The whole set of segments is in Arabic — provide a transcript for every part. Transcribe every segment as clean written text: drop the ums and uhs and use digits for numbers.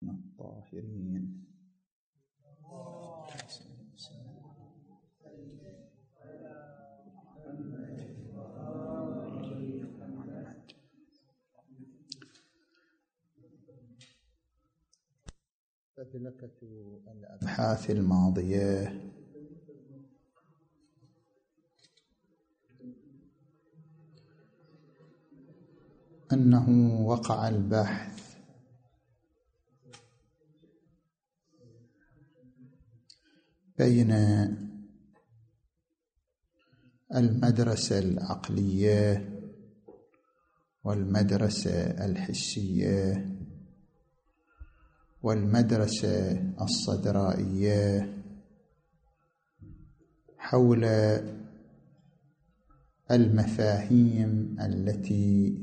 الطاهرين. فذلك الأبحاث الماضية أنه وقع البحث بين المدرسة العقلية والمدرسة الحسية والمدرسة الصدرائية حول المفاهيم التي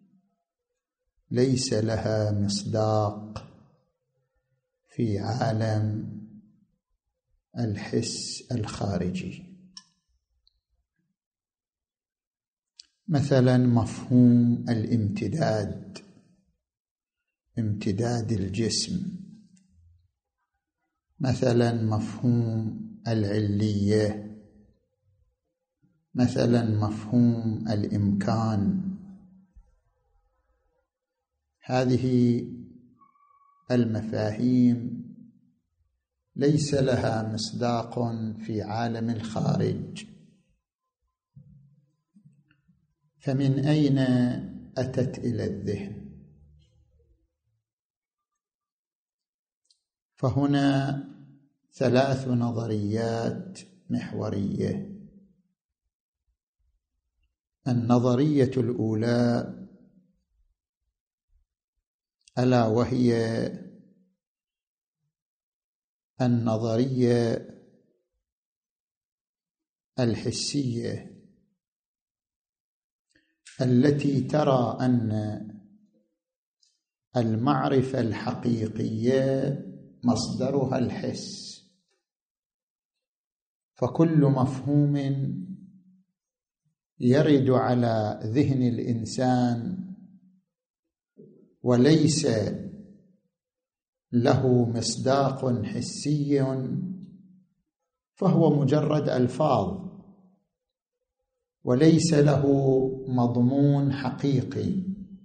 ليس لها مصداق في عالم الحس الخارجي. مثلا مفهوم الامتداد، امتداد الجسم، مثلا مفهوم العلية، مثلا مفهوم الإمكان. هذه المفاهيم ليس لها مصداق في عالم الخارج، فمن أين أتت إلى الذهن؟ فهنا 3 نظريات محورية. النظرية الأولى ألا وهي النظرية الحسية التي ترى أن المعرفة الحقيقية مصدرها الحس، فكل مفهوم يرد على ذهن الإنسان وليس له مصداق حسي فهو مجرد ألفاظ وليس له مضمون حقيقي،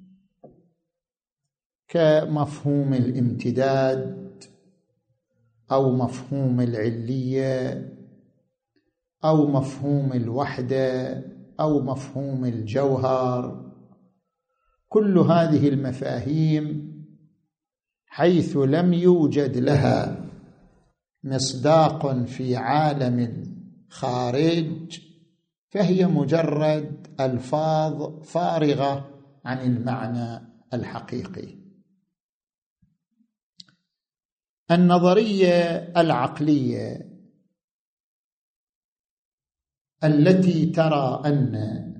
كمفهوم الامتداد أو مفهوم العلية أو مفهوم الوحدة أو مفهوم الجوهر. كل هذه المفاهيم حيث لم يوجد لها مصداق في عالم الخارج فهي مجرد ألفاظ فارغة عن المعنى الحقيقي. النظرية العقلية التي ترى أن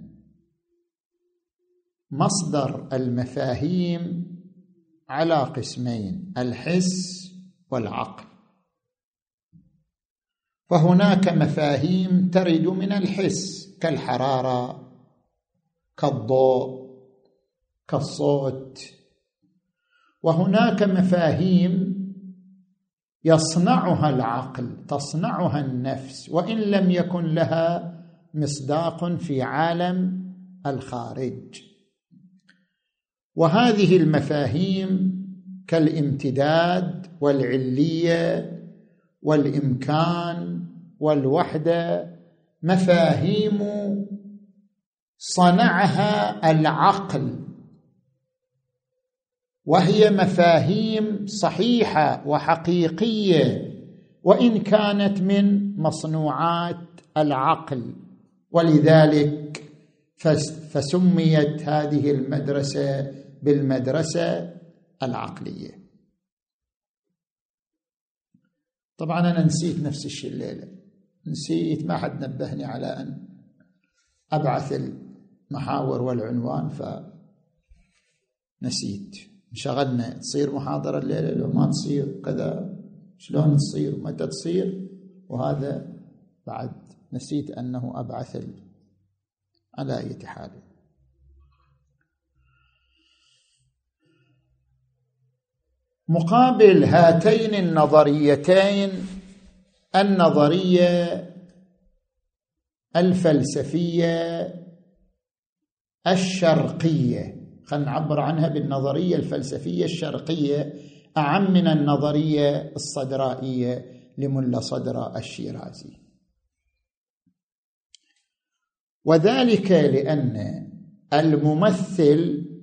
مصدر المفاهيم على قسمين، الحس والعقل. فهناك مفاهيم ترد من الحس كالحرارة، كالضوء، كالصوت، وهناك مفاهيم يصنعها العقل، تصنعها النفس، وإن لم يكن لها مصداق في عالم الخارج. وهذه المفاهيم كالامتداد والعلية والإمكان والوحدة مفاهيم صنعها العقل، وهي مفاهيم صحيحة وحقيقية وإن كانت من مصنوعات العقل، ولذلك فسميت هذه المدرسة بالمدرسة العقلية. طبعا أنا نسيت نفس الشيء الليلة، نسيت، ما حد نبهني على أن أبعث المحاور والعنوان فنسيت. انشغلنا، تصير محاضرة الليلة لو ما تصير كذا، شلون تصير متى تصير، وهذا بعد نسيت أنه أبعث على أي حال. مقابل هاتين النظريتين النظرية الفلسفية الشرقية، خلينا نعبر عنها بالنظرية الفلسفية الشرقية أعم من النظرية الصدرائية لملا صدر الشيرازي. وذلك لأن الممثل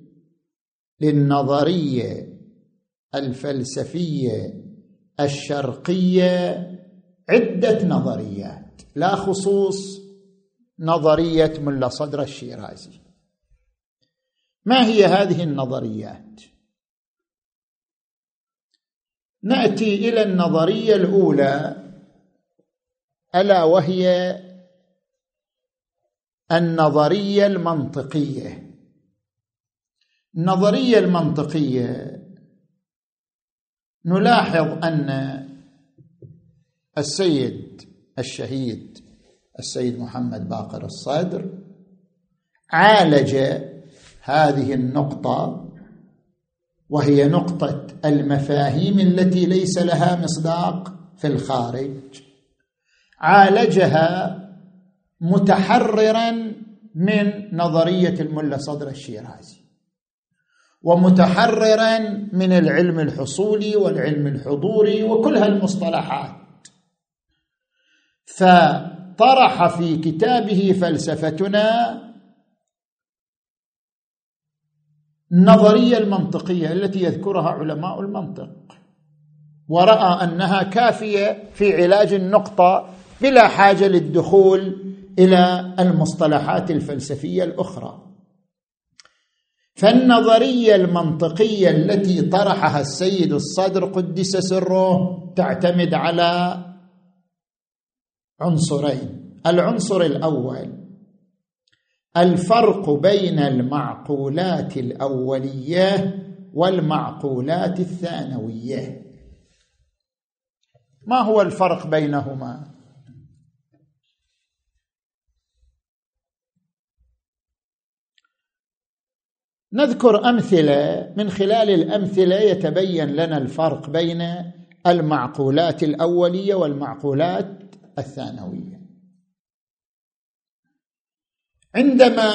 للنظرية الفلسفية الشرقية عدة نظريات، لا خصوص نظرية ملا صدر الشيرازي. ما هي هذه النظريات؟ نأتي إلى النظرية الأولى، ألا وهي النظرية المنطقية. النظرية المنطقية نلاحظ أن السيد الشهيد السيد محمد باقر الصدر عالج هذه النقطة، وهي نقطة المفاهيم التي ليس لها مصداق في الخارج، عالجها متحررا من نظرية الملا صدر الشيرازي، ومتحررا من العلم الحصولي والعلم الحضوري وكل هالمصطلحات. فطرح في كتابه فلسفتنا النظرية المنطقية التي يذكرها علماء المنطق، ورأى أنها كافية في علاج النقطة بلا حاجة للدخول إلى المصطلحات الفلسفية الأخرى. فالنظرية المنطقية التي طرحها السيد الصدر قدس سره تعتمد على عنصرين. العنصر الأول الفرق بين المعقولات الأولية والمعقولات الثانوية. ما هو الفرق بينهما؟ نذكر أمثلة، من خلال الأمثلة يتبين لنا الفرق بين المعقولات الأولية والمعقولات الثانوية. عندما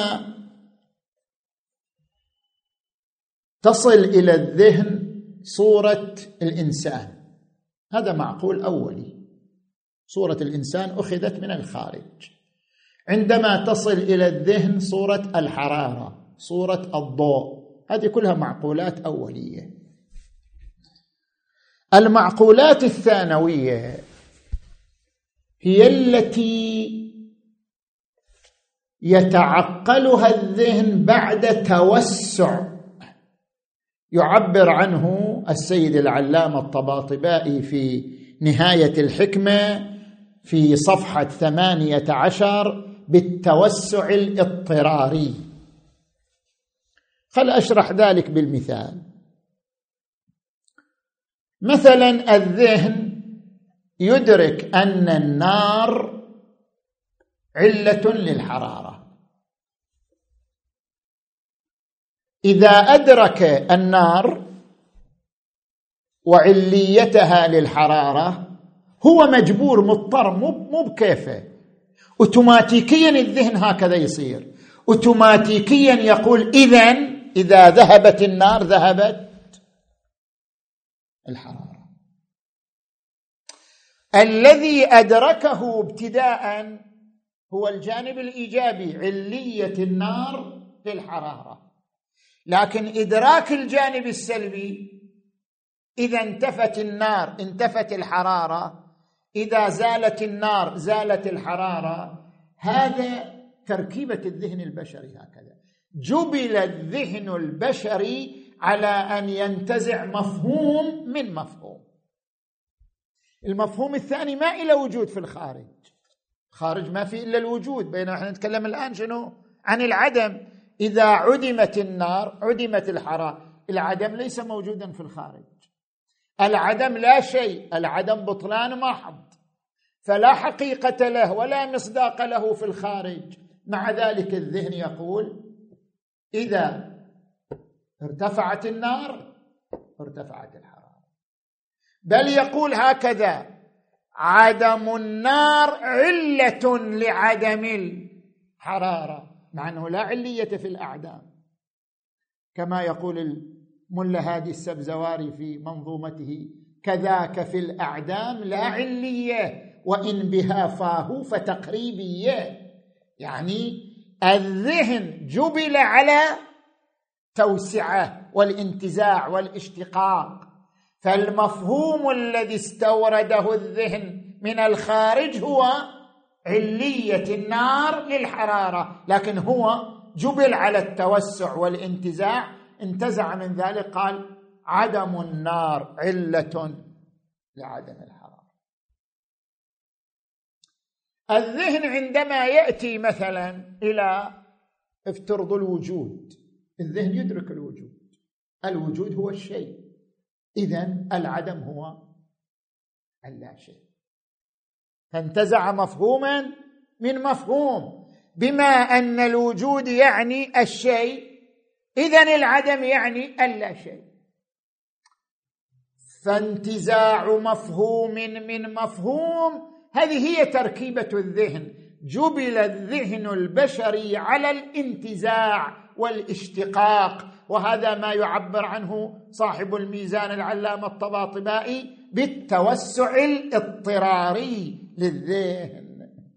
تصل إلى الذهن صورة الإنسان، هذا معقول أولي، صورة الإنسان أخذت من الخارج. عندما تصل إلى الذهن صورة الحرارة، صورة الضوء، هذه كلها معقولات أولية. المعقولات الثانوية هي التي يتعقلها الذهن بعد توسع، يعبر عنه السيد العلامة الطباطبائي في نهاية الحكمة في صفحة 18 بالتوسع الاضطراري. خل أشرح ذلك بالمثال. مثلا الذهن يدرك أن النار علة للحرارة، إذا أدرك النار وعليتها للحرارة هو مجبور مضطر، مو بكيفه، أوتوماتيكيا الذهن هكذا يصير، أوتوماتيكيا يقول إذا ذهبت النار ذهبت الحرارة. الذي أدركه ابتداء هو الجانب الإيجابي، علية النار للحرارة، لكن إدراك الجانب السلبي، إذا انتفت النار انتفت الحرارة، إذا زالت النار زالت الحرارة. هذا تركيبة الذهن البشري، هكذا جبل الذهن البشري على أن ينتزع مفهوم من مفهوم. المفهوم الثاني ما إلى وجود في الخارج، خارج ما في إلا الوجود، بينما نحن نتكلم الآن شنو؟ عن العدم. إذا عدمت النار عدمت الحرارة، العدم ليس موجودا في الخارج، العدم لا شيء، العدم بطلان محض، فلا حقيقة له ولا مصداق له في الخارج. مع ذلك الذهن يقول إذا ارتفعت النار ارتفعت الحرارة. بل يقول هكذا: عدم النار علة لعدم الحرارة، مع أنه لا علية في الأعدام، كما يقول الملا هادي السبزواري في منظومته: كذاك في الأعدام لا علية وإن بها فاه فتقريبية. يعني الذهن جبل على توسعة والانتزاع والاشتقاق، فالمفهوم الذي استورده الذهن من الخارج هو علية النار للحرارة، لكن هو جبل على التوسع والانتزاع، انتزع من ذلك قال عدم النار علة لعدم الحرارة. الذهن عندما يأتي مثلا إلى افترض الوجود، الذهن يدرك الوجود، الوجود هو الشيء، إذن العدم هو اللا شيء، فانتزع مفهوما من مفهوم، بما أن الوجود يعني الشيء إذن العدم يعني اللا شيء. فانتزاع مفهوم من مفهوم، هذه هي تركيبة الذهن. جبل الذهن البشري على الانتزاع والاشتقاق، وهذا ما يعبر عنه صاحب الميزان العلامة الطباطبائي بالتوسع الاضطراري للذهن.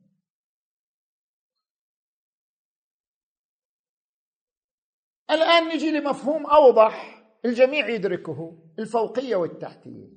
الآن نجي لمفهوم أوضح الجميع يدركه: الفوقية والتحتية.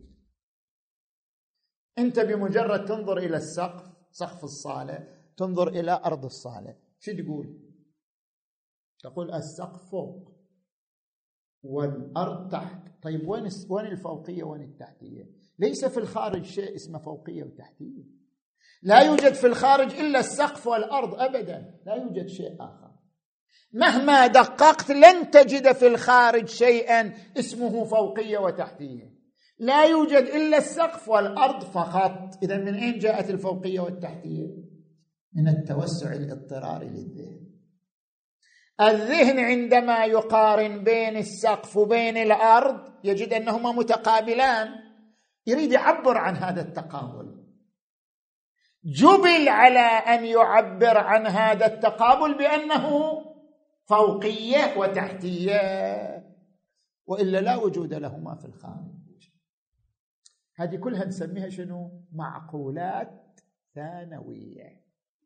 أنت بمجرد تنظر إلى السقف، سقف الصالة، تنظر إلى أرض الصالة، شو تقول؟ تقول السقف فوق والأرض تحت. طيب وين الفوقية وين التحتية؟ ليس في الخارج شيء اسمه فوقية وتحتية، لا يوجد في الخارج إلا السقف والأرض أبدا، لا يوجد شيء آخر. مهما دققت لن تجد في الخارج شيئا اسمه فوقية وتحتية، لا يوجد إلا السقف والأرض فقط. إذن من أين جاءت الفوقية والتحتية؟ من التوسع الاضطراري للذهن. الذهن عندما يقارن بين السقف وبين الأرض يجد أنهما متقابلان، يريد يعبر عن هذا التقابل، جبل على أن يعبر عن هذا التقابل بأنه فوقية وتحتية، وإلا لا وجود لهما في الخارج. هذه كلها نسميها شنو؟ معقولات ثانوية،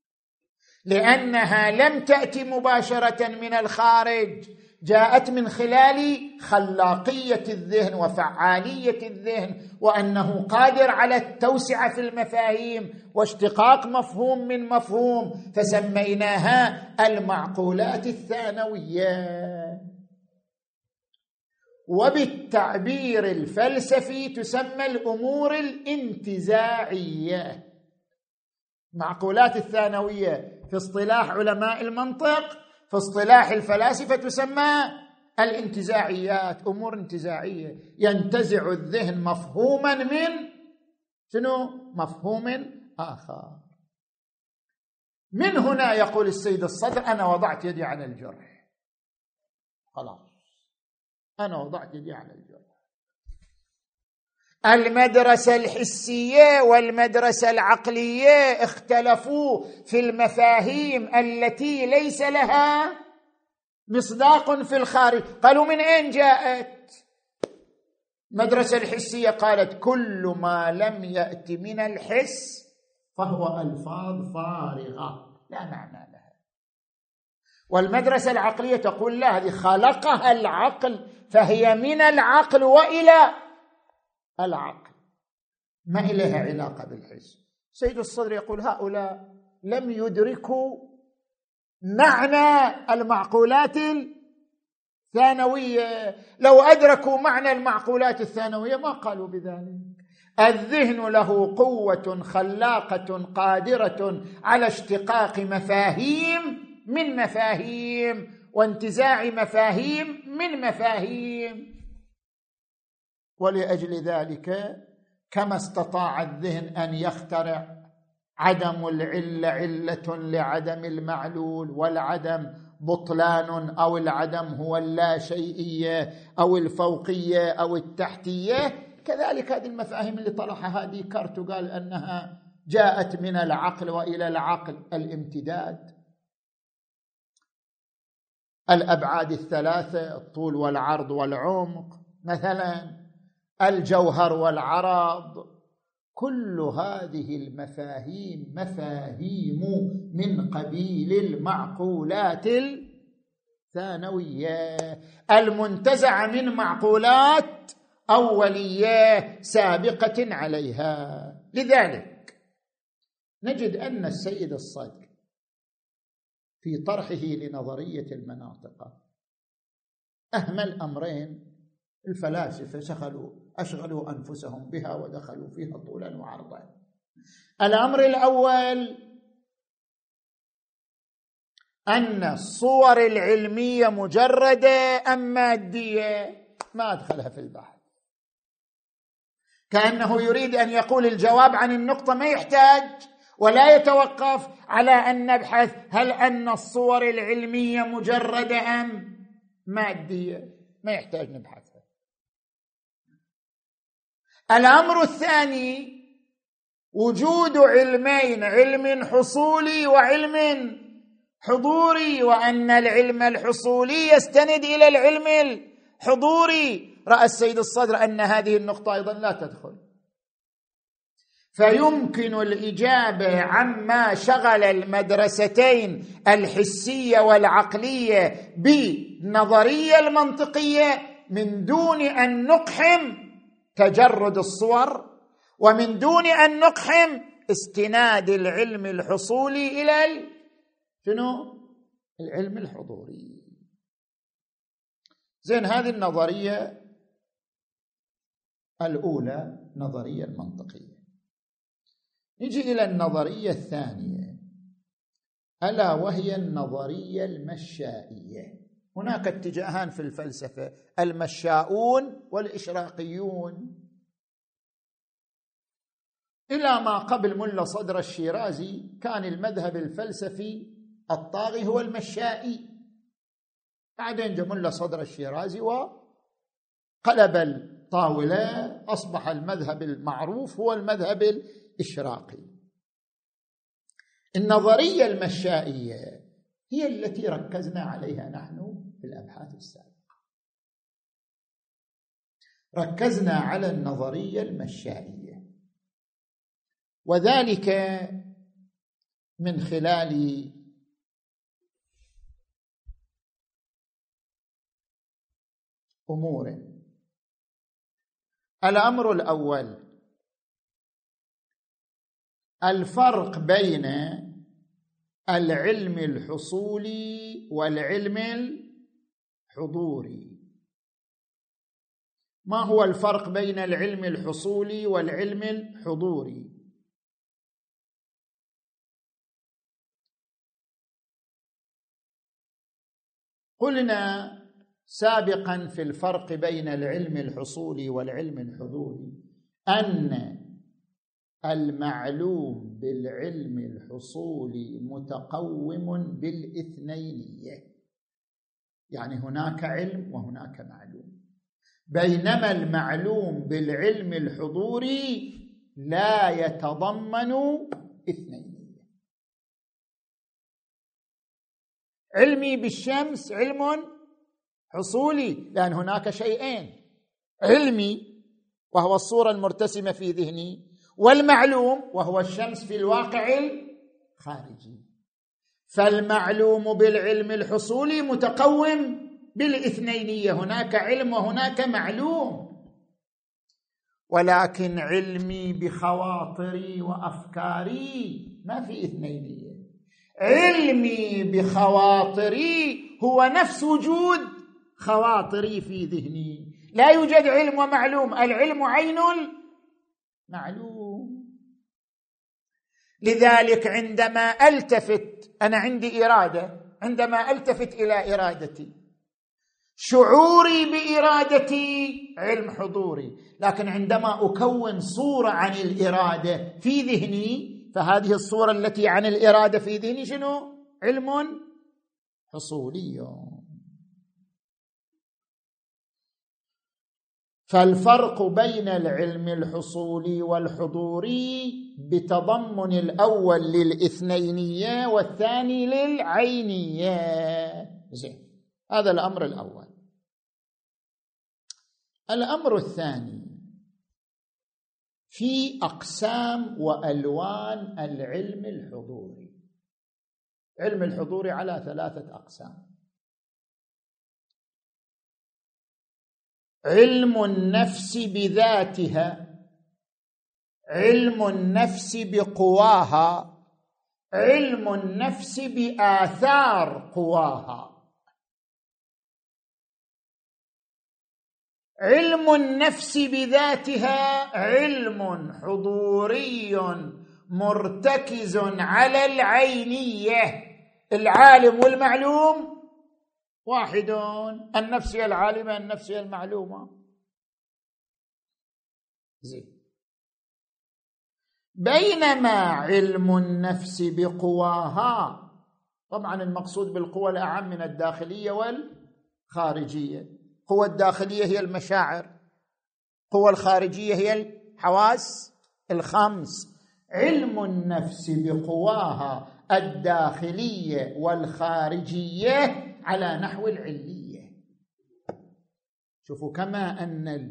لأنها لم تأتي مباشرة من الخارج، جاءت من خلال خلاقية الذهن وفعالية الذهن، وأنه قادر على التوسعة في المفاهيم واشتقاق مفهوم من مفهوم، فسميناها المعقولات الثانوية. وبالتعبير الفلسفي تسمى الأمور الانتزاعية. معقولات الثانوية في اصطلاح علماء المنطق، في اصطلاح الفلاسفة تسمى الانتزاعيات، أمور انتزاعية، ينتزع الذهن مفهوما من شنو؟ مفهوم آخر. من هنا يقول السيد الصدر: أنا وضعت يدي على الجرح، خلاص أنا وضعت يدي على الجرح. المدرسة الحسية والمدرسة العقلية اختلفوا في المفاهيم التي ليس لها مصداق في الخارج. قالوا من أين جاءت؟ المدرسة الحسية قالت كل ما لم يأتي من الحس فهو ألفاظ فارغة لا معنى لها. والمدرسة العقلية تقول لا، هذه خلقها العقل فهي من العقل وإلى العقل، ما إليها علاقة بالحس. سيد الصدر يقول هؤلاء لم يدركوا معنى المعقولات الثانوية، لو أدركوا معنى المعقولات الثانوية ما قالوا بذلك. الذهن له قوة خلاقة قادرة على اشتقاق مفاهيم من مفاهيم وانتزاع مفاهيم من مفاهيم، ولأجل ذلك كما استطاع الذهن أن يخترع عدم العلة علة لعدم المعلول، والعدم بطلان، أو العدم هو اللا شيئية أو الفوقية أو التحتية، كذلك هذه المفاهيم اللي طرحها ديكارت وقال أنها جاءت من العقل وإلى العقل، الامتداد، الأبعاد الثلاثة، الطول والعرض والعمق مثلا، الجوهر والعرض، كل هذه المفاهيم مفاهيم من قبيل المعقولات الثانوية المنتزعة من معقولات أولية سابقة عليها. لذلك نجد أن السيد الصدر في طرحه لنظرية المناطق أهمل أمرين الفلاسفة أشغلوا أنفسهم بها ودخلوا فيها طولا وعرضا. الأمر الأول أن الصور العلمية مجردة أم مادية، ما أدخلها في البحث، كأنه يريد أن يقول الجواب عن النقطة ما يحتاج ولا يتوقف على أن نبحث هل أن الصور العلمية مجردة أم مادية، ما يحتاج نبحثها. الأمر الثاني وجود علمين، علم حصولي وعلم حضوري، وأن العلم الحصولي يستند إلى العلم الحضوري. رأى السيد الصدر أن هذه النقطة أيضا لا تدخل، فيمكن الإجابة عما شغل المدرستين الحسية والعقلية بالنظرية المنطقية من دون أن نقحم تجرد الصور، ومن دون أن نقحم استناد العلم الحصولي إلى العلم الحضوري. زين، هذه النظرية الأولى، نظرية المنطقية. نجي إلى النظرية الثانية، ألا وهي النظرية المشائية. هناك اتجاهان في الفلسفة، المشاؤون والإشراقيون. إلى ما قبل ملا صدر الشيرازي كان المذهب الفلسفي الطاغي هو المشائي، بعدين جاء ملا صدر الشيرازي وقلب الطاولة، أصبح المذهب المعروف هو المذهب الإشراقي. النظرية المشائية هي التي ركزنا عليها نحن في الأبحاث السابقة، ركزنا على النظرية المشائية، وذلك من خلال أمور. الأمر الأول الفرق بين العلم الحصولي والعلم الحضوري. ما هو الفرق بين العلم الحصولي والعلم الحضوري؟ قلنا سابقا في الفرق بين العلم الحصولي والعلم الحضوري أن المعلوم بالعلم الحصولي متقوم بالاثنينية، يعني هناك علم وهناك معلوم، بينما المعلوم بالعلم الحضوري لا يتضمن اثنينية. علمي بالشمس علم حصولي لأن هناك شيئين، علمي وهو الصورة المرتسمة في ذهني، والمعلوم وهو الشمس في الواقع الخارجي. فالمعلوم بالعلم الحصولي متقوم بالاثنينية، هناك علم وهناك معلوم. ولكن علمي بخواطري وأفكاري ما في اثنينية، علمي بخواطري هو نفس وجود خواطري في ذهني، لا يوجد علم ومعلوم، العلم عين المعلوم. لذلك عندما ألتفت، أنا عندي إرادة، عندما ألتفت إلى إرادتي، شعوري بإرادتي علم حضوري، لكن عندما أكون صورة عن الإرادة في ذهني، فهذه الصورة التي عن الإرادة في ذهني شنو؟ علم حصولي. فالفرق بين العلم الحصولي والحضوري بتضمن الأول للاثنينية والثاني للعينية. زين، هذا الأمر الأول. الأمر الثاني في أقسام وألوان العلم الحضوري. علم الحضوري على 3 أقسام: علم النفس بذاتها، علم النفس بقواها، علم النفس بآثار قواها. علم النفس بذاتها علم حضوري مرتكز على العينية. العالم والمعلوم واحد، النفس هي العالمة، النفس هي المعلومة. زين. بينما علم النفس بقواها، طبعا المقصود بالقوى الأعم من الداخلية والخارجية. القوى الداخلية هي المشاعر، القوى الخارجية هي الحواس الخمس. علم النفس بقواها الداخلية والخارجية على نحو العلية. شوفوا، كما أن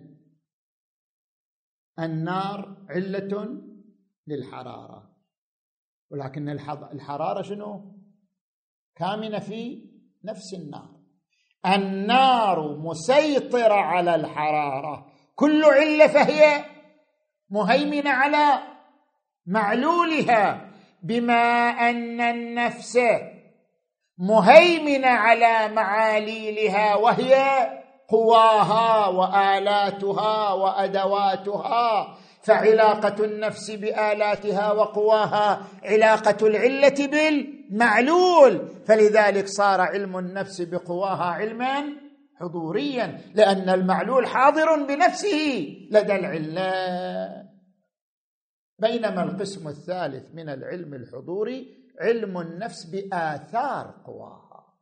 النار علة للحرارة، ولكن الحرارة شنو؟ كامنة في نفس النار. النار مسيطرة على الحرارة، كل علة فهي مهيمنة على معلولها، بما أن النفس مهيمنة على معاليلها وهي قواها وآلاتها وأدواتها. فعلاقة النفس بآلاتها وقواها علاقة العلة بالمعلول، فلذلك صار علم النفس بقواها علما حضوريا، لأن المعلول حاضر بنفسه لدى العلة. بينما القسم الثالث من العلم الحضوري علم النفس بآثار قواها.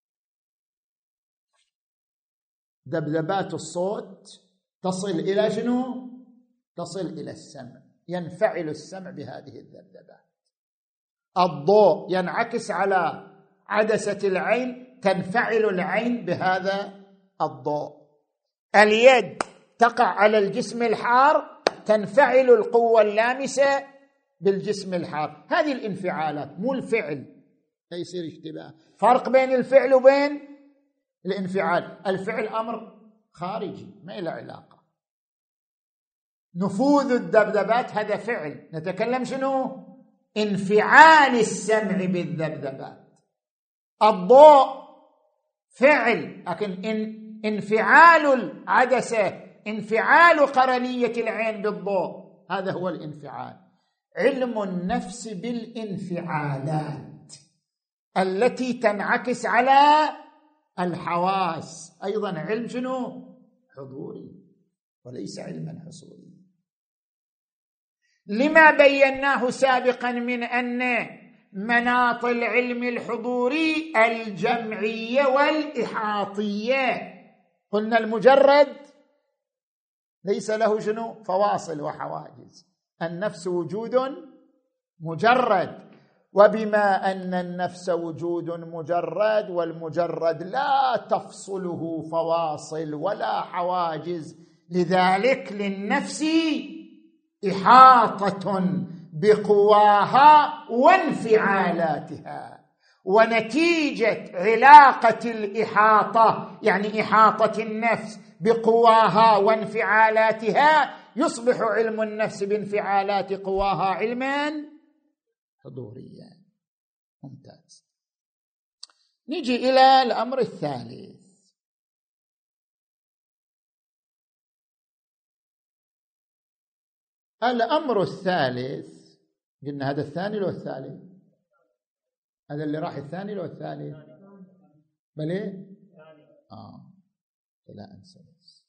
ذبذبات الصوت تصل إلى شنو؟ تصل إلى السمع، ينفعل السمع بهذه الذبذبات. الضوء ينعكس على عدسة العين، تنفعل العين بهذا الضوء. اليد تقع على الجسم الحار، تنفعل القوة اللامسة بالجسم الحار. هذه الانفعالات، مو الفعل، لا يصير اشتباه. فرق بين الفعل وبين الانفعال. الفعل أمر خارجي ما له علاقة. نفوذ الذبذبات هذا فعل، نتكلم شنو؟ انفعال السمع بالذبذبات. الضوء فعل، لكن انفعال العدسة، انفعال قرنية العين بالضوء، هذا هو الانفعال. علم النفس بالانفعالات التي تنعكس على الحواس أيضا علم شنو؟ حضوري، وليس علما حصولي. لما بيناه سابقا من أن مناط العلم الحضوري الجمعية والإحاطية. قلنا المجرد ليس له شنو؟ فواصل وحواجز. النفس وجود مجرد، وبما أن النفس وجود مجرد، والمجرد لا تفصله فواصل ولا حواجز، لذلك للنفس إحاطة بقواها وانفعالاتها. ونتيجة علاقة الإحاطة، يعني إحاطة النفس بقواها وانفعالاتها، يصبح علم النفس بانفعالات قواها علما حضوريا. ممتاز. نجي إلى الأمر الثالث. الأمر الثالث قلنا هذا الثاني لو الثالث؟ هذا اللي راح الثاني لو الثالث؟ بلى؟ لا أنسى بس.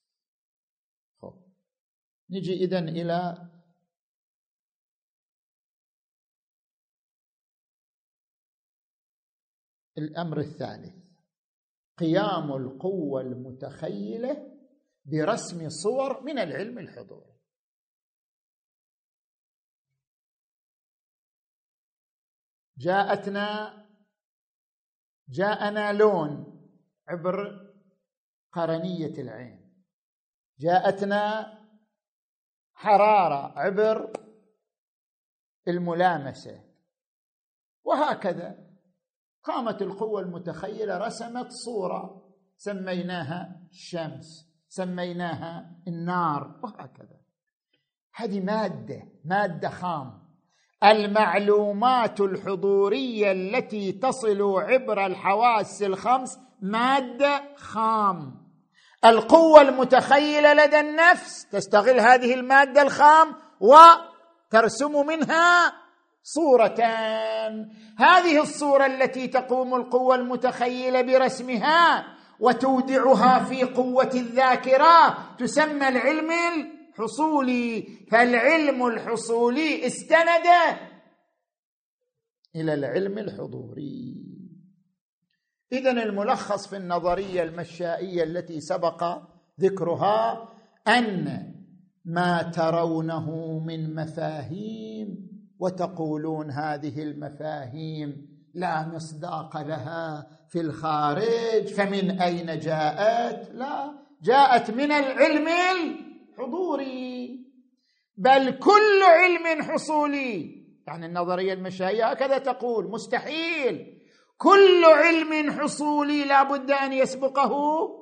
نجي إذن إلى الأمر الثالث: قيام القوة المتخيلة برسم صور من العلم الحضوري. جاءنا لون عبر قرنية العين، جاءتنا حرارة عبر الملامسة، وهكذا قامت القوة المتخيلة رسمت صورة سميناها الشمس، سميناها النار، وهكذا. هذه مادة خام. المعلومات الحضورية التي تصل عبر الحواس الخمس مادة خام. القوة المتخيلة لدى النفس تستغل هذه المادة الخام وترسم منها صورتان. هذه الصورة التي تقوم القوة المتخيلة برسمها وتودعها في قوة الذاكرة تسمى العلم الحصولي. فالعلم الحصولي استند إلى العلم الحضوري. إذن الملخص في النظرية المشائية التي سبق ذكرها أن ما ترونه من مفاهيم وتقولون هذه المفاهيم لا مصداق لها في الخارج، فمن أين جاءت؟ لا، جاءت من العلم الحضوري. بل كل علم حصولي، يعني النظرية المشائية هكذا تقول، مستحيل كل علم حصولي لا بد أن يسبقه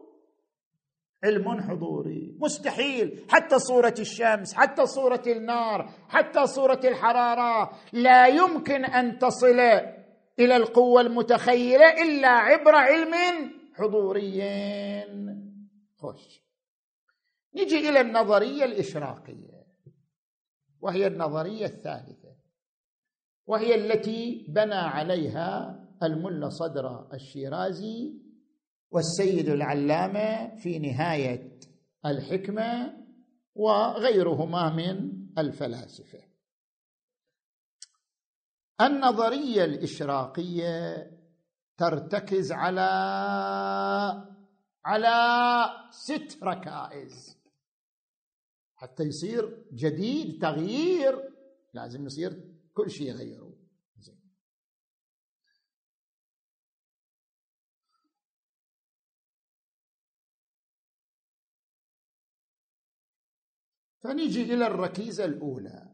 علم حضوري، مستحيل. حتى صورة الشمس، حتى صورة النار، حتى صورة الحرارة لا يمكن أن تصل إلى القوة المتخيلة إلا عبر علم حضوري. نجي إلى النظرية الإشراقية، وهي النظرية الثالثة، وهي التي بنى عليها الملا صدر الشيرازي والسيد العلامة في نهاية الحكمة وغيرهما من الفلاسفة. النظرية الإشراقية ترتكز على 6 ركائز. حتى يصير جديد، تغيير، لازم يصير كل شيء يغيره. فنيجي إلى الركيزة الأولى.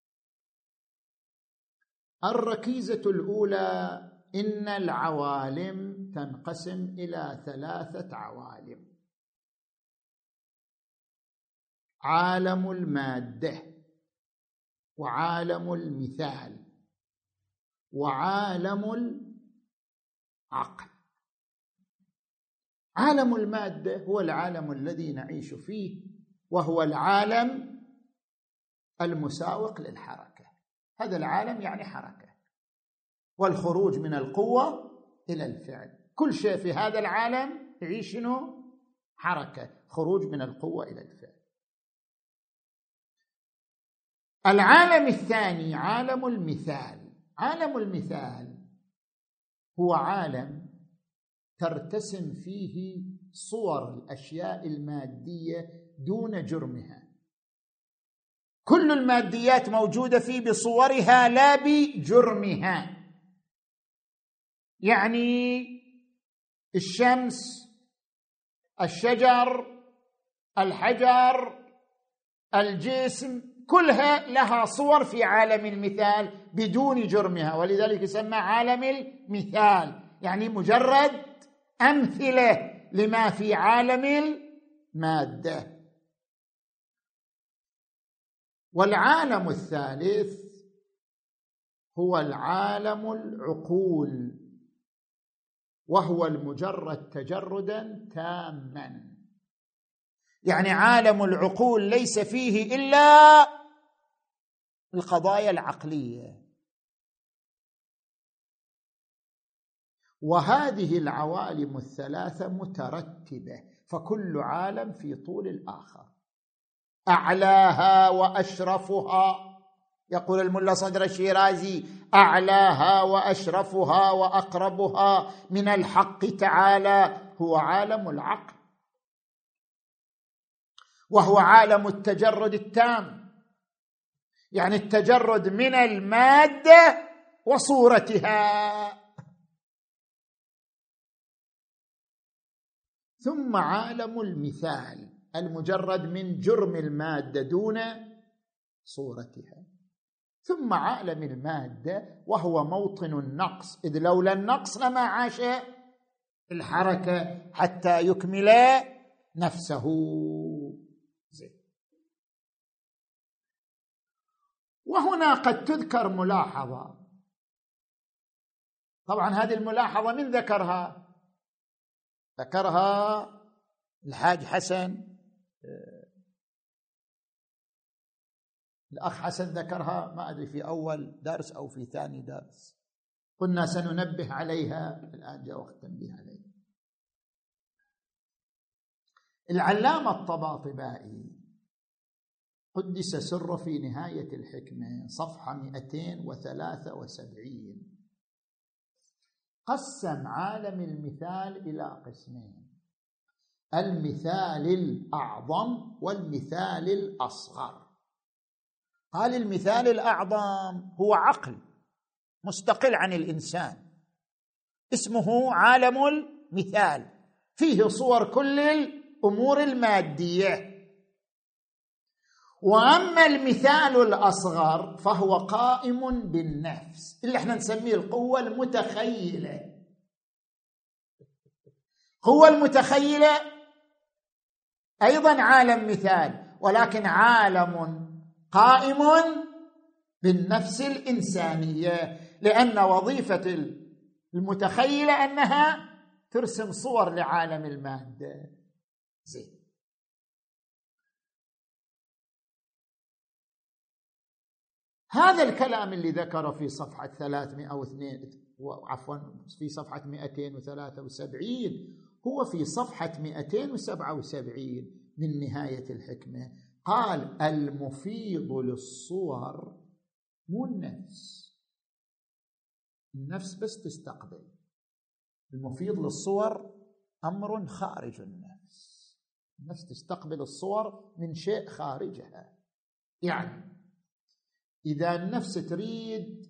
الركيزة الأولى إن العوالم تنقسم إلى 3 عوالم: عالم المادة، وعالم المثال، وعالم العقل. عالم المادة هو العالم الذي نعيش فيه، وهو العالم المساوق للحركة. هذا العالم يعني حركة، والخروج من القوة إلى الفعل. كل شيء في هذا العالم يعيش شنو؟ حركة، خروج من القوة إلى الفعل. العالم الثاني عالم المثال. عالم المثال هو عالم ترتسم فيه صور الأشياء المادية دون جرمها. كل الماديات موجودة فيه بصورها لا بجرمها. يعني الشمس، الشجر، الحجر، الجسم، كلها لها صور في عالم المثال بدون جرمها، ولذلك يسمى عالم المثال، يعني مجرد أمثلة لما في عالم المادة. والعالم الثالث هو العالم العقول، وهو المجرد تجردا تاما. يعني عالم العقول ليس فيه إلا القضايا العقلية. وهذه العوالم الثلاثة مترتبة، فكل عالم في طول الآخر. أعلاها وأشرفها، يقول الملا صدر الشيرازي: أعلاها وأشرفها وأقربها من الحق تعالى هو عالم العقل. وهو عالم التجرد التام، يعني التجرد من المادة وصورتها. ثم عالم المثال المجرد من جرم المادة دون صورتها. ثم عالم المادة وهو موطن النقص، إذ لولا النقص لما عاش الحركة حتى يكمل نفسه. وهنا قد تذكر ملاحظة، طبعا هذه الملاحظة من ذكرها؟ ذكرها الحاج حسن، الأخ حسن ذكرها، ما أدري في أول درس أو في ثاني درس، قلنا سننبه عليها، الآن جاء وقت التنبيه عليها. العلامة الطباطبائي قدس سره في نهاية الحكمة صفحة 273 قسم عالم المثال إلى قسمين: المثال الأعظم والمثال الأصغر. قال المثال الأعظم هو عقل مستقل عن الإنسان، اسمه عالم المثال، فيه صور كل الأمور المادية. وأما المثال الأصغر فهو قائم بالنفس، اللي احنا نسميه القوة المتخيلة. القوة المتخيلة أيضا عالم مثال، ولكن عالم قائم بالنفس الإنسانية، لأن وظيفة المتخيلة أنها ترسم صور لعالم المادة. زين، هذا الكلام اللي ذكره في صفحة 273 هو في صفحة 277 من نهاية الحكمة. قال المفيض للصور مو النفس، النفس بس تستقبل، المفيض للصور أمر خارج النفس، النفس تستقبل الصور من شيء خارجها. يعني إذا النفس تريد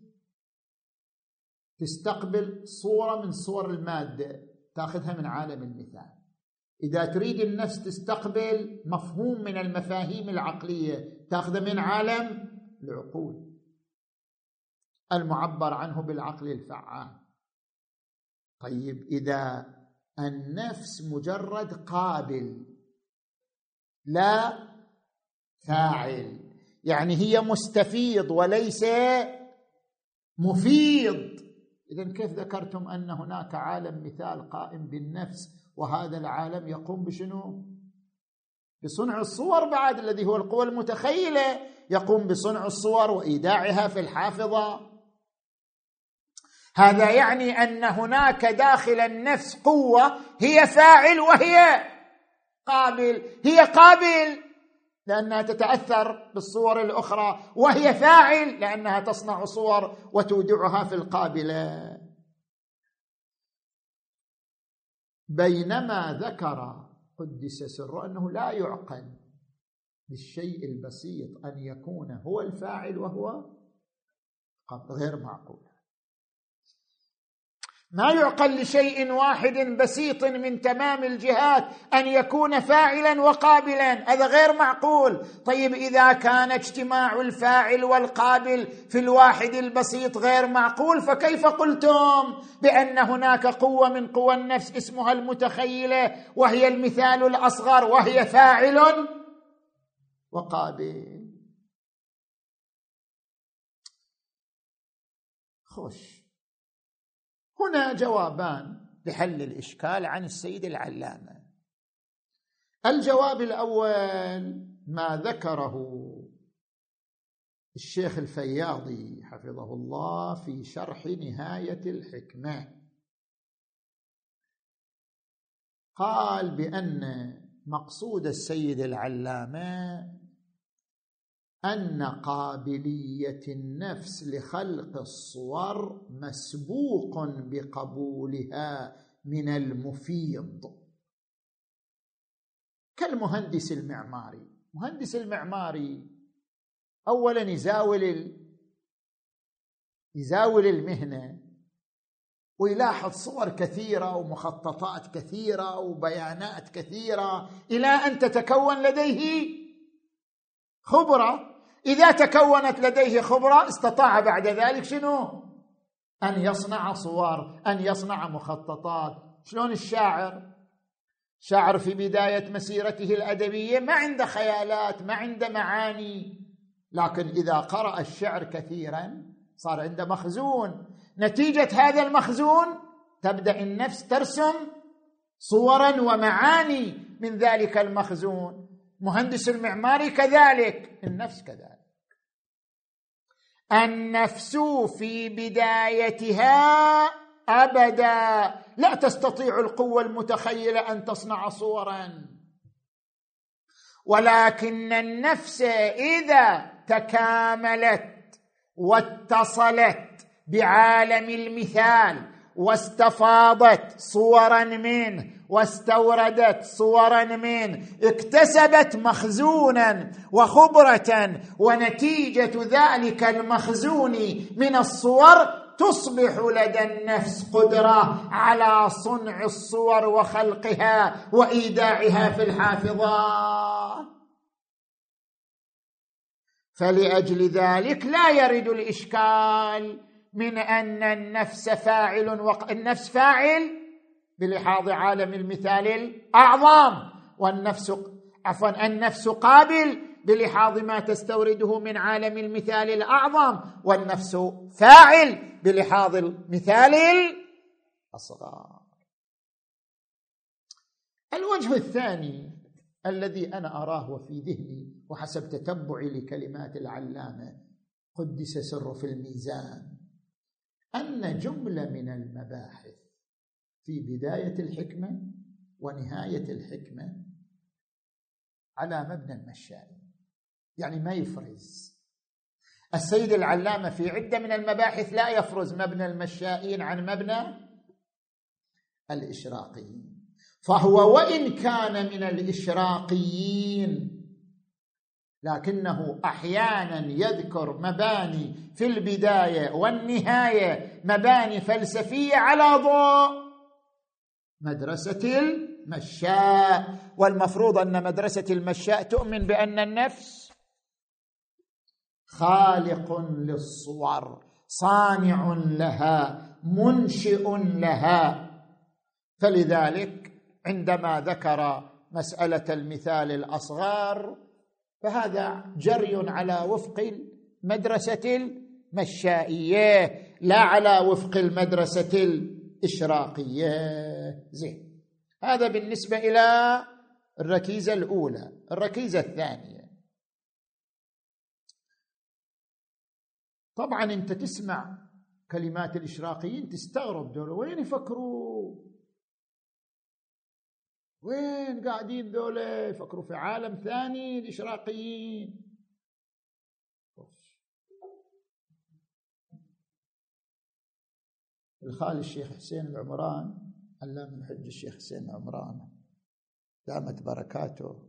تستقبل صورة من صور المادة تأخذها من عالم المثال، إذا تريد النفس تستقبل مفهوم من المفاهيم العقلية تأخذه من عالم العقول المعبر عنه بالعقل الفعال. طيب إذا النفس مجرد قابل لا فاعل، يعني هي مستفيض وليس مفيض، إذن كيف ذكرتم أن هناك عالم مثال قائم بالنفس وهذا العالم يقوم بشنو؟ بصنع الصور بعد، الذي هو القوى المتخيلة، يقوم بصنع الصور وإيداعها في الحافظة. هذا يعني أن هناك داخل النفس قوة هي فاعل وهي قابل، هي قابل لأنها تتأثر بالصور الأخرى، وهي فاعل لأنها تصنع صور وتودعها في القابلة. بينما ذكر قدس سره أنه لا يعقل للشيء البسيط أن يكون هو الفاعل وهو غير معقول. ما يعقل لشيء واحد بسيط من تمام الجهات أن يكون فاعلا وقابلا، هذا غير معقول. طيب إذا كان اجتماع الفاعل والقابل في الواحد البسيط غير معقول، فكيف قلتم بأن هناك قوة من قوى النفس اسمها المتخيلة وهي المثال الأصغر وهي فاعل وقابل؟ خوش. هنا جوابان لحل الإشكال عن السيد العلامة. الجواب الأول ما ذكره الشيخ الفياضي حفظه الله في شرح نهاية الحكمة، قال بأن مقصود السيد العلامة أن قابلية النفس لخلق الصور مسبوق بقبولها من المفيض، كالمهندس المعماري مهندس المعماري أولا يزاول المهنة ويلاحظ صور كثيرة ومخططات كثيرة وبيانات كثيرة إلى أن تتكون لديه خبرة. إذا تكونت لديه خبرة استطاع بعد ذلك شنو؟ أن يصنع صور، أن يصنع مخططات. شلون الشاعر في بداية مسيرته الأدبية ما عنده خيالات، ما عنده معاني، لكن إذا قرأ الشعر كثيرا صار عنده مخزون. نتيجة هذا المخزون تبدأ النفس ترسم صورا ومعاني من ذلك المخزون. مهندس المعماري كذلك، النفس كذلك. النفس في بدايتها أبدا لا تستطيع القوة المتخيلة أن تصنع صورا، ولكن النفس إذا تكاملت واتصلت بعالم المثال واستفاضت صورا منه واستوردت صورا منه، اكتسبت مخزونا وخبرة، ونتيجة ذلك المخزون من الصور تصبح لدى النفس قدرة على صنع الصور وخلقها وإيداعها في الحافظات. فلأجل ذلك لا يرد الإشكال من أن النفس فاعل، النفس فاعل بلحاظ عالم المثال الأعظم، النفس قابل بلحاظ ما تستورده من عالم المثال الأعظم، والنفس فاعل بلحاظ المثال الأصغر. الوجه الثاني الذي أنا أراه وفي ذهني وحسب تتبعي لكلمات العلامة قدس سره في الميزان، أن جملة من المباحث في بداية الحكمة ونهاية الحكمة على مبنى المشائي، يعني ما يفرز. السيد العلامة في عدة من المباحث لا يفرز مبنى المشائين عن مبنى الإشراقيين، فهو وإن كان من الإشراقيين لكنه أحيانا يذكر مباني في البداية والنهاية، مباني فلسفية على ضوء مدرسة المشاء. والمفروض أن مدرسة المشاء تؤمن بأن النفس خالق للصور، صانع لها، منشئ لها. فلذلك عندما ذكر مسألة المثال الأصغر فهذا جري على وفق المدرسة المشائية لا على وفق المدرسة الإشراقية. زين، هذا بالنسبة إلى الركيزة الأولى. الركيزة الثانية، طبعا أنت تسمع كلمات الإشراقيين تستغرب، دول وين يفكروا؟ وين قاعدين ذولا؟ يفكروا في عالم ثاني الإشراقيين. الخال الشيخ حسين العمران، علامة الحج الشيخ حسين العمران دامت بركاته،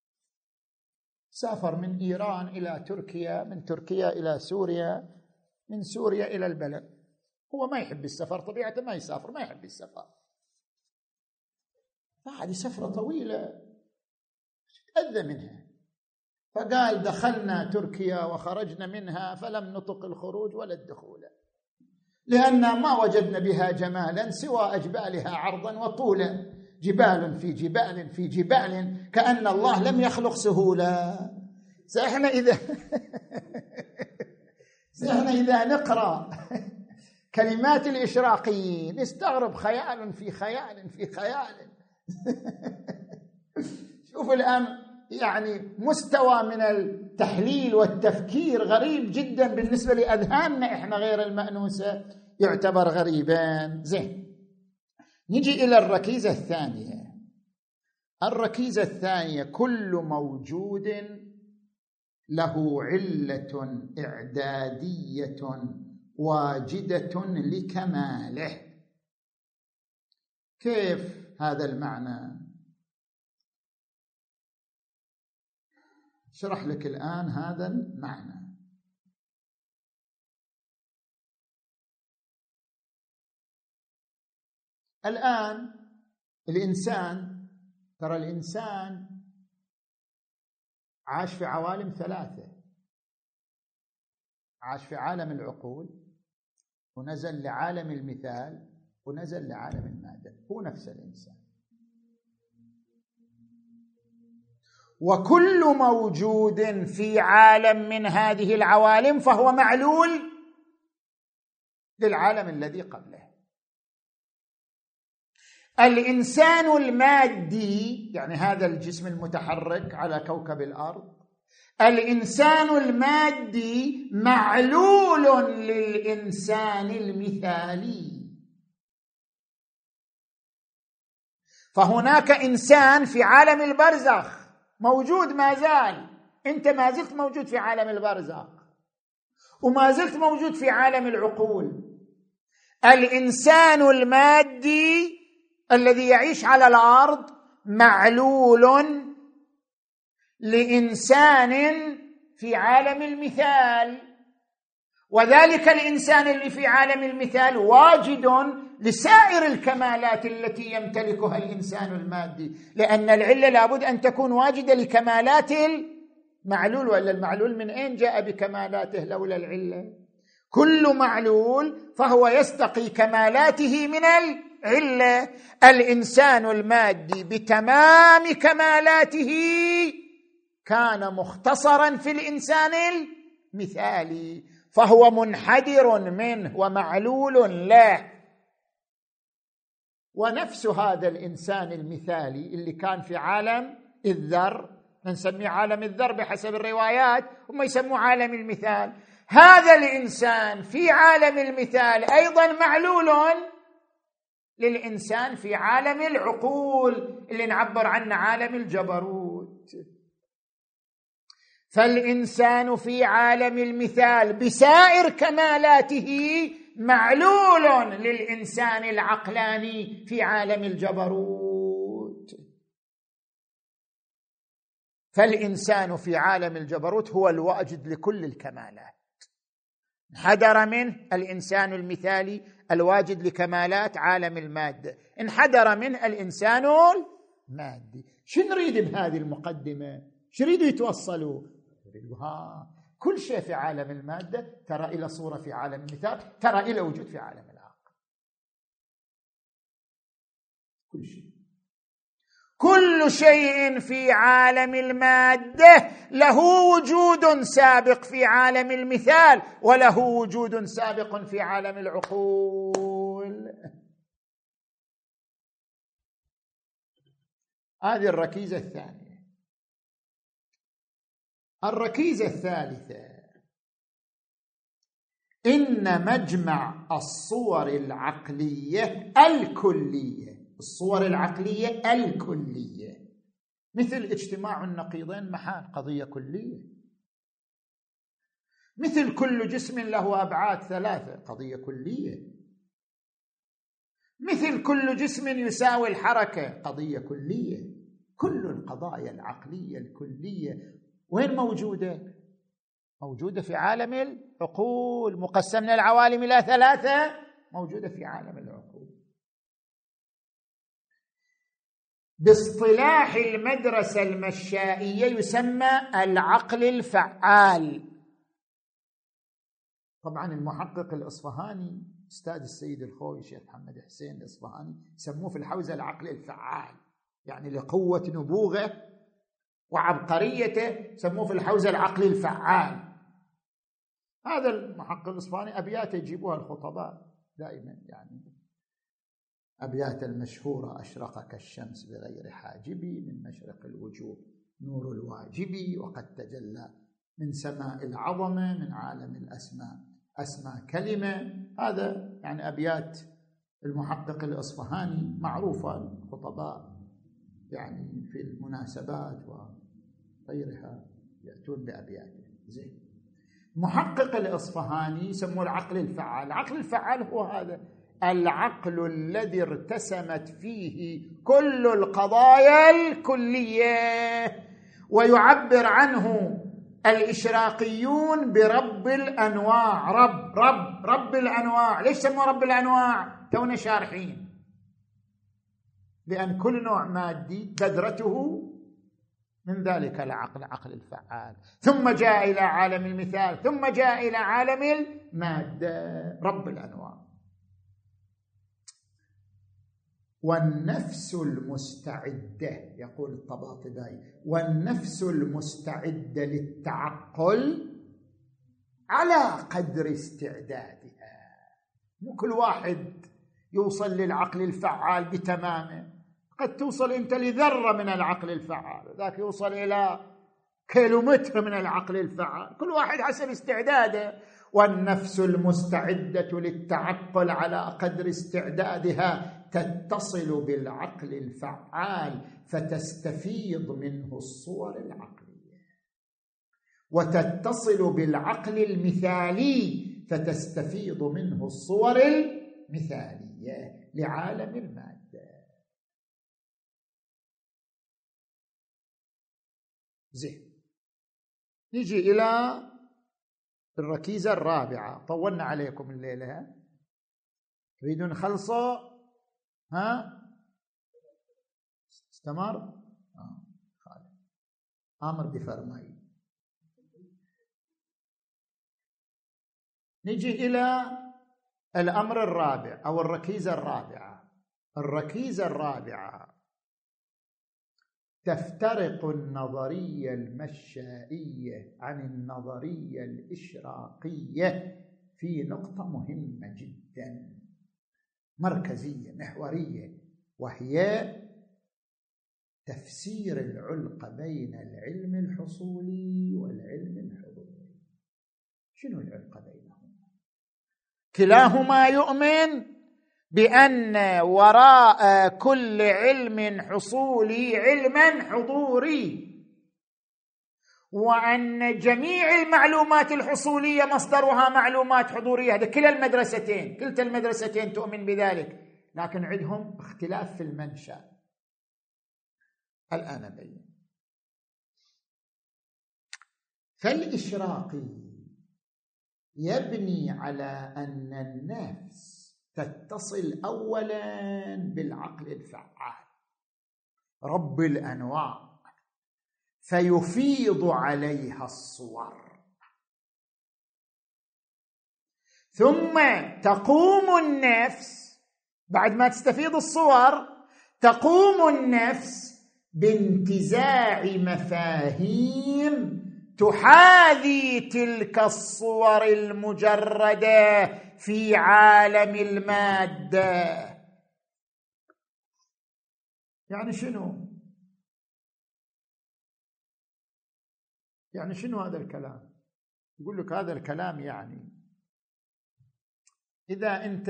سافر من إيران إلى تركيا، من تركيا إلى سوريا، من سوريا إلى البلد. هو ما يحب السفر، طبيعته ما يسافر، ما يحب السفر. هذه سفرة طويلة تأذى منها، فقال دخلنا تركيا وخرجنا منها فلم نطق الخروج ولا الدخول، لأن ما وجدنا بها جمالا سوى أجبالها عرضا وطولا، جبال في جبال في جبال، كأن الله لم يخلق سهولا. احنا إذا نقرأ كلمات الإشراقيين نستغرب، خيال في خيال في خيال. شوف الآن يعني مستوى من التحليل والتفكير غريب جدا بالنسبة لأذهاننا إحنا غير المأنوسة، يعتبر غريبا. زين، نجي إلى الركيزة الثانية. الركيزة الثانية، كل موجود له علة إعدادية واجدة لكماله. كيف هذا المعنى؟ أشرح لك الآن هذا المعنى. الآن الإنسان، ترى الإنسان عاش في عوالم ثلاثة: عاش في عالم العقول، ونزل لعالم المثال، ونزل لعالم المادة. هو نفس الإنسان. وكل موجود في عالم من هذه العوالم فهو معلول للعالم الذي قبله. الإنسان المادي، يعني هذا الجسم المتحرك على كوكب الأرض، الإنسان المادي معلول للإنسان المثالي. فهناك إنسان في عالم البرزخ موجود ما زال، أنت ما زلت موجود في عالم البرزخ، وما زلت موجود في عالم العقول. الإنسان المادي الذي يعيش على الأرض معلول لإنسان في عالم المثال، وذلك الإنسان اللي في عالم المثال واجد لسائر الكمالات التي يمتلكها الإنسان المادي، لأن العلة لابد أن تكون واجدة لكمالات المعلول، وإلا المعلول من أين جاء بكمالاته لولا العلة؟ كل معلول فهو يستقي كمالاته من العلة. الإنسان المادي بتمام كمالاته كان مختصرا في الإنسان المثالي، فهو منحدر منه ومعلول له. ونفس هذا الإنسان المثالي اللي كان في عالم الذر، نسميه عالم الذر بحسب الروايات، هم يسموه عالم المثال. هذا الإنسان في عالم المثال أيضا معلول للإنسان في عالم العقول اللي نعبر عنه عالم الجبروت. فالإنسان في عالم المثال بسائر كمالاته معلول للإنسان العقلاني في عالم الجبروت. فالإنسان في عالم الجبروت هو الواجد لكل الكمالات، انحدر منه الإنسان المثالي الواجد لكمالات عالم المادة، انحدر منه الإنسان المادي. شو نريد بهذه المقدمة؟ شو يريدوا يتوصلوا؟ كل شيء في عالم المادة ترى إلى صورة في عالم المثال، ترى إلى وجود في عالم العقل. كل شيء في عالم المادة له وجود سابق في عالم المثال، وله وجود سابق في عالم العقول. هذه الركيزة الثانية. الركيزة الثالثة: إن مجمع الصور العقلية الكلية، الصور العقلية الكلية، مثل اجتماع النقيضين محال، قضية كلية. مثل كل جسم له أبعاد ثلاثة، قضية كلية. مثل كل جسم يساوي الحركة، قضية كلية. كل القضايا العقلية الكلية وين موجودة؟ موجودة في عالم العقول، مقسمنا العوالم إلى ثلاثة، موجودة في عالم العقول. باصطلاح المدرسة المشائية يسمى العقل الفعال. طبعا المحقق الإصفهاني أستاذ السيد الخوي الشيخ محمد حسين الإصفهاني سموه في الحوزة العقل الفعال، يعني لقوة نبوغه وعبقريته سموه في الحوزة العقل الفعال. هذا المحقق الإصفهاني أبيات يجيبوها الخطباء دائما، يعني أبيات المشهورة: أشرق كالشمس بغير حاجبي، من مشرق الوجوه نور الواجب، وقد تجلى من سماء العظمة، من عالم الأسماء أسمى كلمة. هذا يعني أبيات المحقق الإصفهاني معروفة، الخطباء يعني في المناسبات وغيرها يأتون بأبياته. زين، محقق الإصفهاني يسموه العقل الفعال. العقل الفعال هو هذا العقل الذي ارتسمت فيه كل القضايا الكلية، ويعبر عنه الإشراقيون برب الأنواع. رب الأنواع. ليش سموه رب الأنواع؟ تونا شارحين، لأن كل نوع مادي بذرته من ذلك العقل، عقل الفعال، ثم جاء إلى عالم المثال، ثم جاء إلى عالم المادة. رب الأنواع. والنفس المستعدة، يقول الطباطبائي، والنفس المستعدة للتعقل على قدر استعدادها. مو كل واحد يوصل للعقل الفعال بتمامه، قد توصل أنت لذرة من العقل الفعال، ذاك يوصل إلى كيلومتر من العقل الفعال، كل واحد حسب استعداده. والنفس المستعدة للتعقل على قدر استعدادها تتصل بالعقل الفعال فتستفيض منه الصور العقلية، وتتصل بالعقل المثالي فتستفيض منه الصور المثالية لعالم المادة. زين، نجي إلى الركيزة الرابعة. طولنا عليكم الليلة، تريدون نخلصه؟ استمر؟ خالد آمر بفرمائي. نجي إلى الأمر الرابع أو الركيزة الرابعة. الركيزة الرابعة تفترق النظرية المشائية عن النظرية الإشراقية في نقطة مهمة جدا، مركزية محورية، وهي تفسير العلاقة بين العلم الحصولي والعلم الحضوري. شنو العلاقة بينهما؟ كلاهما يؤمن بأن وراء كل علم حصولي علما حضوري، وأن جميع المعلومات الحصولية مصدرها معلومات حضورية. هذا كلا المدرستين، كلتا المدرستين تؤمن بذلك، لكن عندهم اختلاف في المنشأ. الآن أبين. فالإشراقي يبني على أن النفس تتصل أولا بالعقل الفعال رب الأنواع، فيفيض عليها الصور، ثم تقوم النفس بعد ما تستفيض الصور، تقوم النفس بانتزاع مفاهيم تحاذي تلك الصور المجردة في عالم المادة. يعني شنو؟ يعني شنو هذا الكلام؟ يقول لك هذا الكلام يعني إذا أنت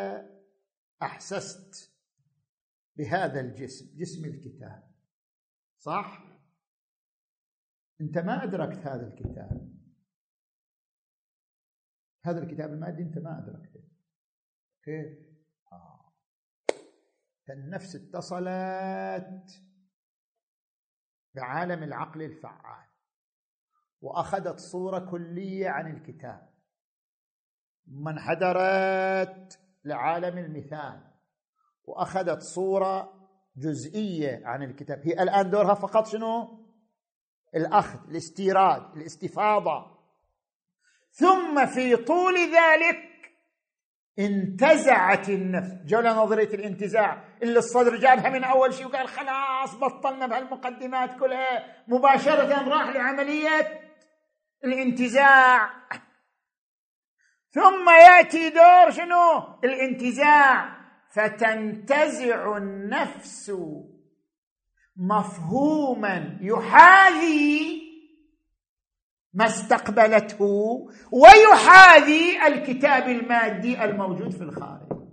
أحسست بهذا الجسم، جسم الكتاب، صح؟ أنت ما أدركت هذا الكتاب، هذا الكتاب المادي أنت ما أدركته. كيف؟ النفس اتصلت بعالم العقل الفعال وأخذت صورة كلية عن الكتاب، ثم انحدرت لعالم المثال وأخذت صورة جزئية عن الكتاب. هي الآن دورها فقط شنو؟ الأخذ، الاستيراد، الاستفاضة. ثم في طول ذلك انتزعت النفس. جولة نظرية الانتزاع اللي الصدر جابها من أول شيء وقال خلاص بطلنا بهالمقدمات كلها، مباشرة راح لعملية الانتزاع. ثم يأتي دور شنو؟ الانتزاع، فتنتزع النفس مفهوما يحاذي ما استقبلته ويحاذي الكتاب المادي الموجود في الخارج.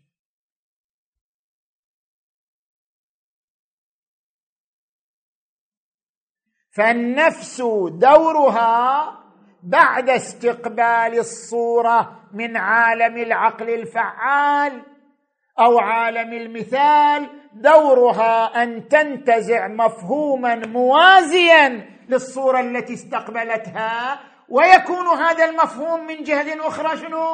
فالنفس دورها بعد استقبال الصورة من عالم العقل الفعال أو عالم المثال دورها أن تنتزع مفهوما موازيا للصورة التي استقبلتها، ويكون هذا المفهوم من جهة أخرى شنو؟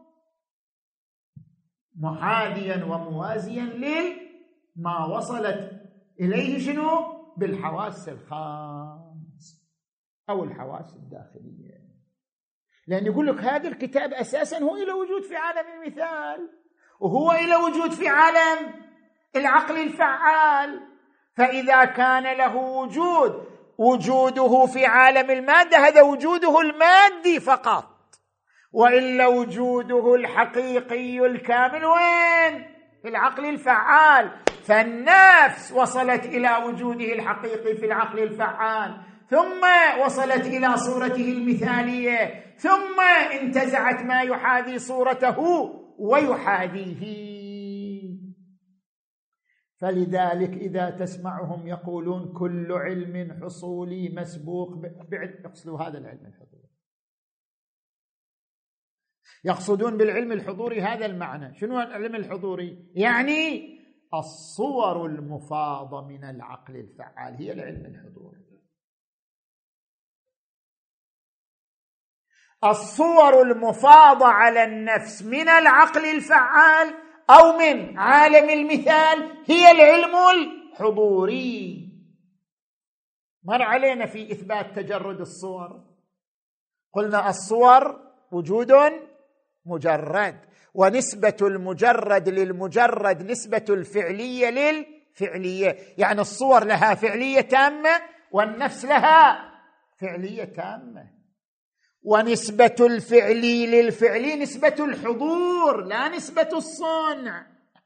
محاذيا وموازيا لما وصلت إليه شنو؟ بالحواس الخمس أو الحواس الداخلية. لأن يقول لك هذا الكتاب أساسا هو إلى وجود في عالم المثال، وهو إلى وجود في عالم العقل الفعال. فإذا كان له وجوده في عالم المادة، هذا وجوده المادي فقط، وإلا وجوده الحقيقي الكامل وين؟ في العقل الفعال. فالنفس وصلت إلى وجوده الحقيقي في العقل الفعال، ثم وصلت إلى صورته المثالية، ثم انتزعت ما يحاذي صورته ويحاذيه. فلذلك إذا تسمعهم يقولون كل علم حصولي مسبوق يقصدوا هذا العلم الحضوري، يقصدون بالعلم الحضوري هذا المعنى. شنو العلم الحضوري؟ يعني الصور المفاضة من العقل الفعال هي العلم الحضوري. الصور المفاضة على النفس من العقل الفعال أو من عالم المثال هي العلم الحضوري. مر علينا في إثبات تجرد الصور، قلنا الصور وجود مجرد، ونسبة المجرد للمجرد نسبة الفعلية للفعلية، يعني الصور لها فعلية تامة والنفس لها فعلية تامة. ونسبة الفعلي للفعلي نسبة الحضور لا نسبة الصنع.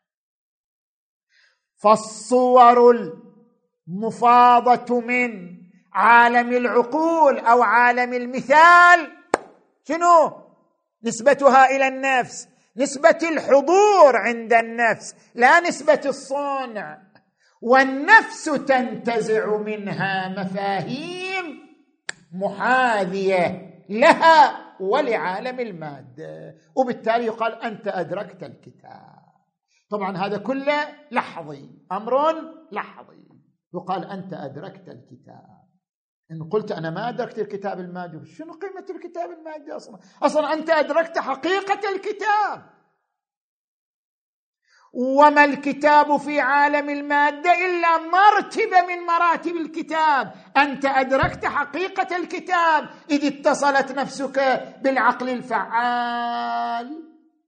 فالصور المفاضة من عالم العقول أو عالم المثال شنو؟ نسبتها إلى النفس نسبة الحضور عند النفس لا نسبة الصنع. والنفس تنتزع منها مفاهيم محاذية لها ولعالم المادة، وبالتالي يقال أنت أدركت الكتاب. طبعا هذا كله لحظي، أمر لحظي، يقال أنت أدركت الكتاب. إن قلت أنا ما أدركت الكتاب المادي، شنو قيمة الكتاب المادي أصلا أنت أدركت حقيقة الكتاب. وما الكتاب في عالم المادة إلا مرتبة من مراتب الكتاب. أنت أدركت حقيقة الكتاب إذ اتصلت نفسك بالعقل الفعال.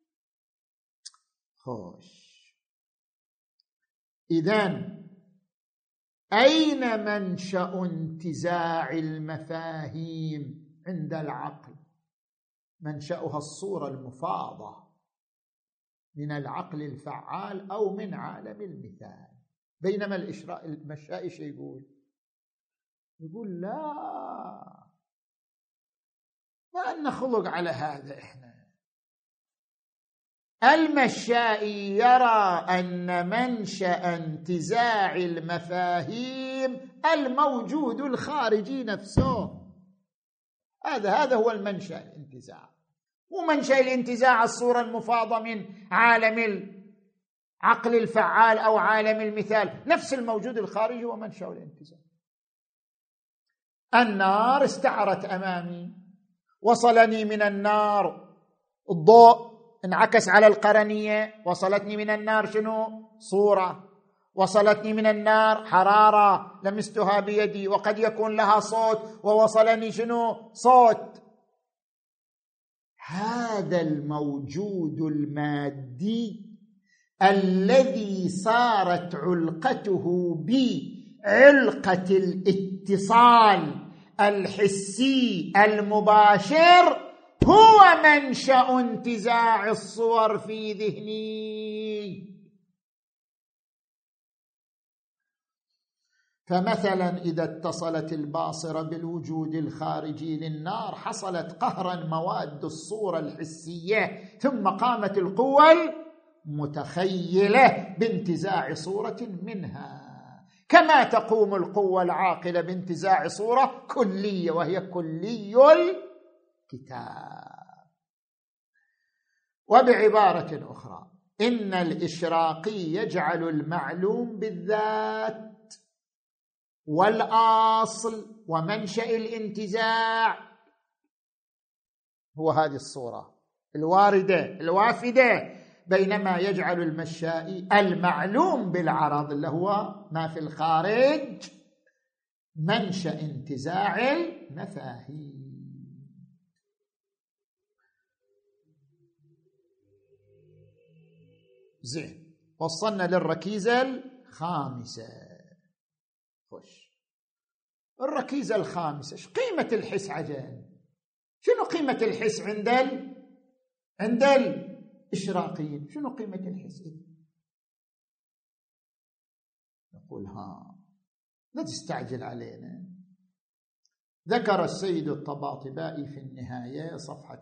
خوش، إذن أين منشأ انتزاع المفاهيم عند العقل؟ منشأها الصورة المفاضة من العقل الفعال أو من عالم المثال. بينما المشائش يقول لا، ما نخلق على هذا. إحنا المشائي يرى أن منشأ انتزاع المفاهيم الموجود الخارجي نفسه، هذا هو المنشأ الانتزاع. ومنشأ الانتزاع الصورة المفاضة من عالم العقل الفعال أو عالم المثال، نفس الموجود الخارجي ومنشأ الانتزاع. النار استعرت أمامي، وصلني من النار الضوء انعكس على القرنية، وصلتني من النار شنو؟ صورة. وصلتني من النار حرارة لمستها بيدي، وقد يكون لها صوت ووصلني شنو؟ صوت. هذا الموجود المادي الذي صارت علقته بعلقة الاتصال الحسي المباشر هو منشأ انتزاع الصور في ذهني. فمثلا إذا اتصلت الباصرة بالوجود الخارجي للنار حصلت قهرا مواد الصورة الحسية، ثم قامت القوة المتخيلة بانتزاع صورة منها، كما تقوم القوة العاقلة بانتزاع صورة كلية وهي كلي الكتاب. وبعبارة أخرى، إن الإشراقي يجعل المعلوم بالذات والأصل ومنشأ الانتزاع، هو هذه الصورة الواردة الوافدة، بينما يجعل المشائي المعلوم بالعرض اللي هو ما في الخارج منشأ انتزاع المفاهيم. زين، وصلنا للركيزة الخامسة. خش الركيزة الخامسة. قيمة الحس عجل؟ شنو قيمة الحس عند الإشراقيين؟ شنو قيمة الحس؟ نقول لا تستعجل علينا. ذكر السيد الطباطبائي في النهاية صفحة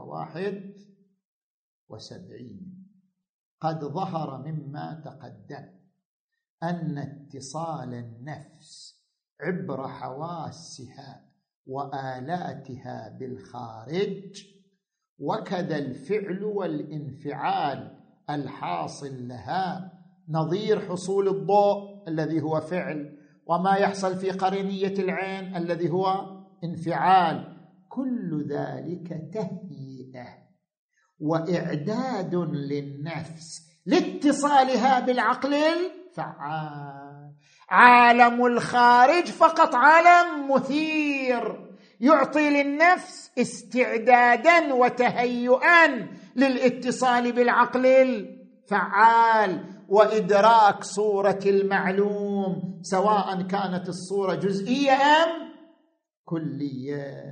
171: قد ظهر مما تقدم أن اتصال النفس عبر حواسها وآلاتها بالخارج، وكذا الفعل والانفعال الحاصل لها، نظير حصول الضوء الذي هو فعل، وما يحصل في قرنية العين الذي هو انفعال، كل ذلك تهيئة وإعداد للنفس لاتصالها بالعقل الفعال. عالم الخارج فقط عالم مثير، يعطي للنفس استعدادا وتهيئا للاتصال بالعقل الفعال وإدراك صورة المعلوم، سواء كانت الصورة جزئية أم كلية.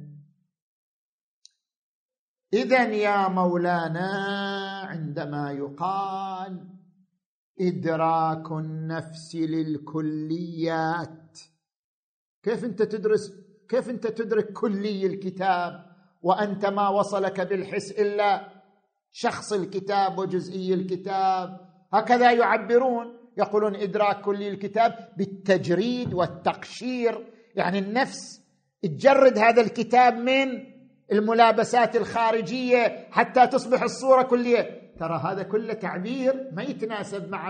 إذن يا مولانا عندما يقال إدراك النفس للكليات، كيف أنت تدرك كلي الكتاب وأنت ما وصلك بالحس إلا شخص الكتاب وجزئي الكتاب؟ هكذا يعبرون، يقولون إدراك كلي الكتاب بالتجريد والتقشير، يعني النفس تجرد هذا الكتاب من الملابسات الخارجية حتى تصبح الصورة كلية. ترى هذا كله تعبير ما يتناسب مع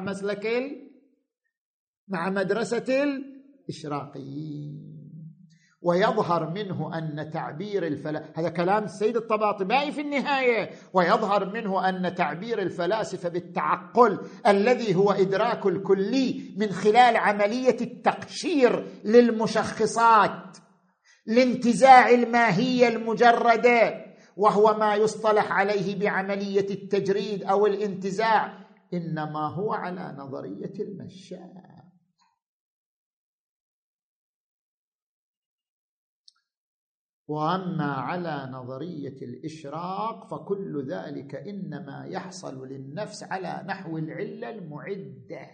مع مدرسة الإشراقيين. ويظهر منه أن تعبير هذا كلام السيد الطباطبائي في النهاية، ويظهر منه أن تعبير الفلاسفة بالتعقل الذي هو إدراك الكلي من خلال عملية التقشير للمشخصات، لانتزاع الماهية المجردة، وهو ما يصطلح عليه بعملية التجريد أو الانتزاع، إنما هو على نظرية المشاء. وأما على نظرية الإشراق فكل ذلك إنما يحصل للنفس على نحو العلة المعدة،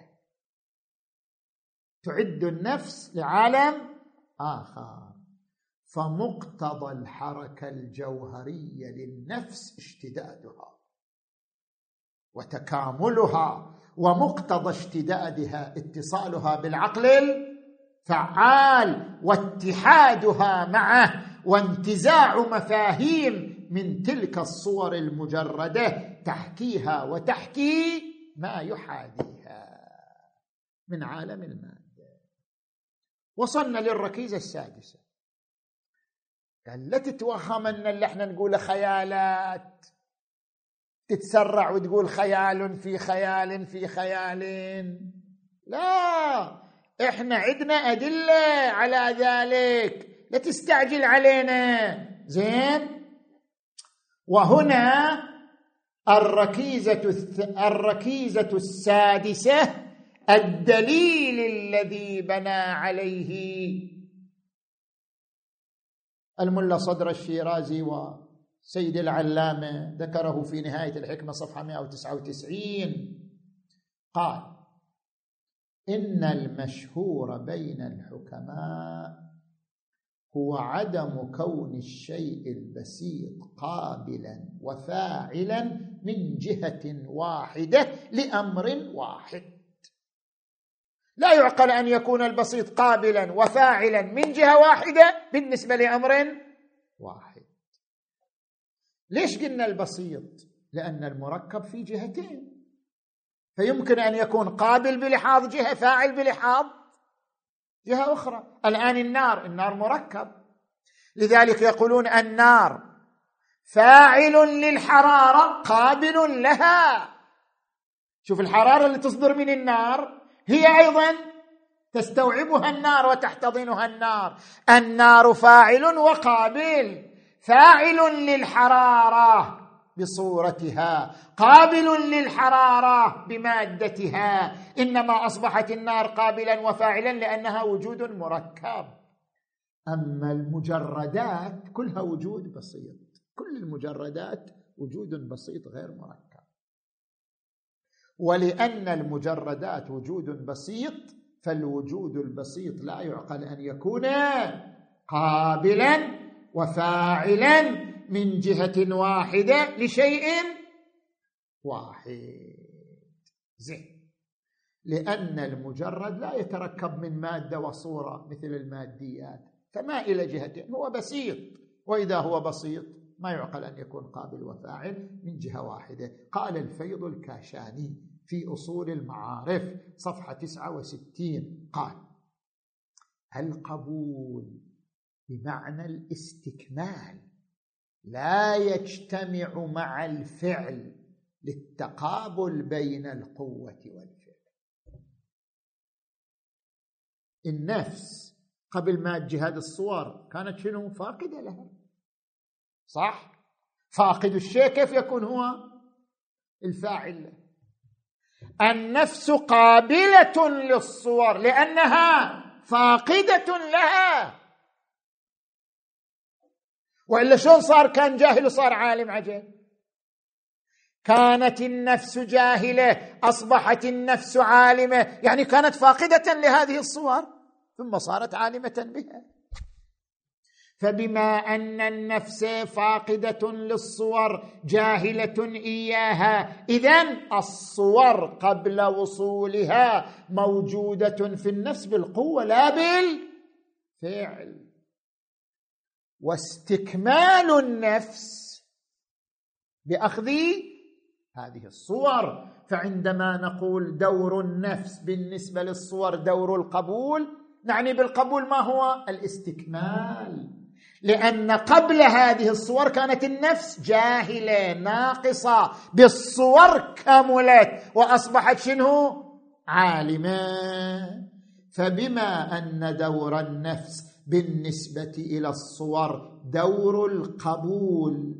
تعد النفس لعالم آخر. فمقتضى الحركة الجوهرية للنفس اشتدادها وتكاملها، ومقتضى اشتدادها اتصالها بالعقل الفعال واتحادها معه، وانتزاع مفاهيم من تلك الصور المجردة تحكيها وتحكي ما يحاذيها من عالم المادة. وصلنا للركيزة السادسة. قال لا تتوهم أن اللي احنا نقوله خيالات، تتسرع وتقول خيال في خيال في خيال، لا، احنا عندنا أدلة على ذلك، لا تستعجل علينا. زين، وهنا الركيزة السادسة الدليل الذي بنى عليه الملا صدر الشيرازي وسيد العلامة، ذكره في نهاية الحكمة صفحة 199. قال: إن المشهور بين الحكماء هو عدم كون الشيء البسيط قابلا وفاعلا من جهة واحدة لأمر واحد. لا يعقل أن يكون البسيط قابلا وفاعلا من جهة واحدة بالنسبة لأمر واحد. ليش قلنا البسيط؟ لأن المركب في جهتين، فيمكن أن يكون قابل بلحاظ جهة، فاعل بلحاظ جهة أخرى. الآن النار مركب، لذلك يقولون النار فاعل للحرارة قابل لها. شوف الحرارة اللي تصدر من النار هي أيضا تستوعبها النار وتحتضنها النار. النار فاعل وقابل، فاعل للحرارة بصورتها، قابل للحرارة بمادتها، إنما أصبحت النار قابلا وفاعلا لأنها وجود مركب. أما المجردات كلها وجود بسيط، كل المجردات وجود بسيط غير مركب. ولأن المجردات وجود بسيط فالوجود البسيط لا يعقل أن يكون قابلا وفاعلا من جهة واحدة لشيء واحد. زين، لأن المجرد لا يتركب من مادة وصورة مثل الماديات، فما إلى جهتين، هو بسيط، وإذا هو بسيط ما يعقل أن يكون قابل وفاعل من جهة واحدة. قال الفيض الكاشاني في أصول المعارف صفحة 69، قال: القبول بمعنى الاستكمال لا يجتمع مع الفعل للتقابل بين القوة والفعل. النفس قبل ما تجي هذه الصور كانت شنو؟ فاقدة لها، صح؟ فاقد الشيء كيف يكون هو الفاعل له؟ النفس قابلة للصور لأنها فاقدة لها، وإلا شلون صار كان جاهل وصار عالم؟ عجب. كانت النفس جاهلة أصبحت النفس عالمة، يعني كانت فاقدة لهذه الصور ثم صارت عالمة بها. فبما أن النفس فاقدة للصور جاهلة إياها، إذن الصور قبل وصولها موجودة في النفس بالقوة لا بالفعل. واستكمال النفس بأخذ هذه الصور. فعندما نقول دور النفس بالنسبة للصور دور القبول، نعني بالقبول ما هو؟ الاستكمال، لأن قبل هذه الصور كانت النفس جاهلة ناقصة، بالصور كملت وأصبحت شنو؟ عالمة. فبما أن دور النفس بالنسبة إلى الصور دور القبول،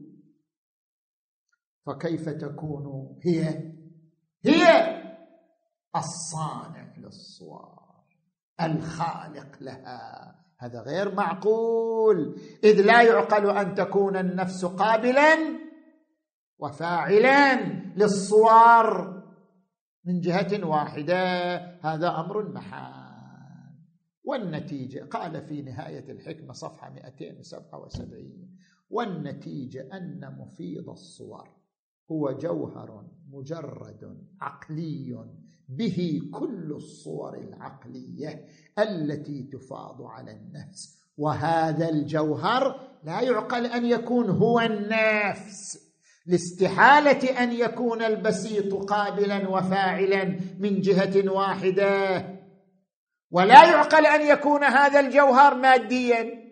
فكيف تكون هي الصانع للصور الخالق لها؟ هذا غير معقول، إذ لا يعقل أن تكون النفس قابلا وفاعلا للصور من جهة واحدة، هذا أمر محال. والنتيجة قال في نهاية الحكمة صفحة 277: والنتيجة أن مفيض الصور هو جوهر مجرد عقلي به كل الصور العقلية التي تفاض على النفس، وهذا الجوهر لا يعقل أن يكون هو النفس، لاستحالة أن يكون البسيط قابلا وفاعلا من جهة واحدة، ولا يعقل أن يكون هذا الجوهر ماديا،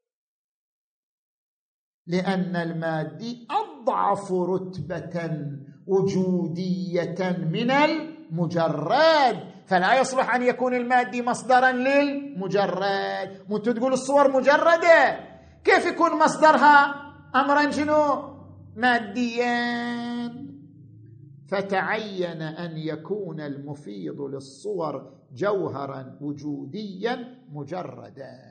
لأن المادي أضعف رتبة وجودية من المجرد، فلا يصلح أن يكون المادي مصدرا للمجرد. وانتو تقول الصور مجردة، كيف يكون مصدرها أمرا شنو؟ ماديا. فتعين أن يكون المفيض للصور جوهرا وجوديا مجردا.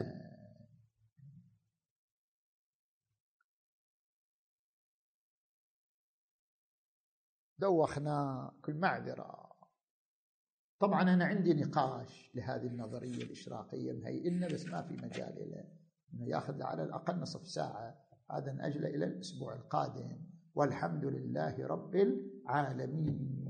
دوخنا كل معذرة. طبعا أنا عندي نقاش لهذه النظرية الإشراقية مهيئنا، بس ما في مجال له، إنه يأخذ على الأقل نصف ساعة، هذا نأجله إلى الأسبوع القادم. والحمد لله رب العالمين.